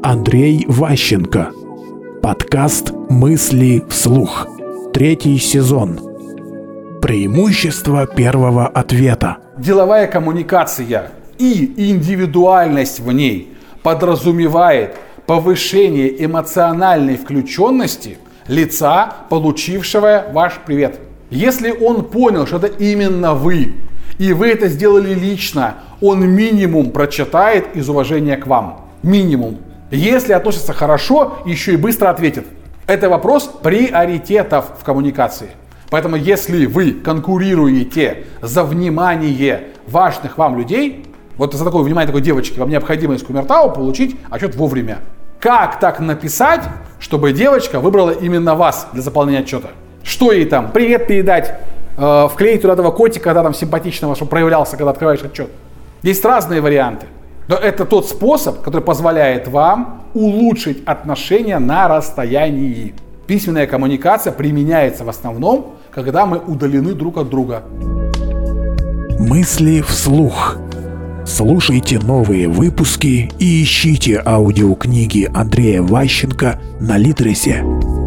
Андрей Ващенко. Подкаст «Мысли вслух». 3 сезон. Преимущество первого ответа. Деловая коммуникация и индивидуальность в ней подразумевает повышение эмоциональной включенности лица, получившего ваш привет. Если он понял, что это именно вы, и вы это сделали лично, он минимум прочитает из уважения к вам. Минимум. Если относится хорошо, еще и быстро ответит. Это вопрос приоритетов в коммуникации. Поэтому если вы конкурируете за внимание важных вам людей, вот за такое внимание такой девочки, вам необходимо из Кумертау получить отчет вовремя. Как так написать, чтобы девочка выбрала именно вас для заполнения отчета? Что ей там? Привет передать, вклеить туда этого котика, когда там симпатичного, чтобы проявлялся, когда открываешь отчет. Есть разные варианты. Но это тот способ, который позволяет вам улучшить отношения на расстоянии. Письменная коммуникация применяется в основном, когда мы удалены друг от друга. Мысли вслух. Слушайте новые выпуски и ищите аудиокниги Андрея Ващенко на Литресе.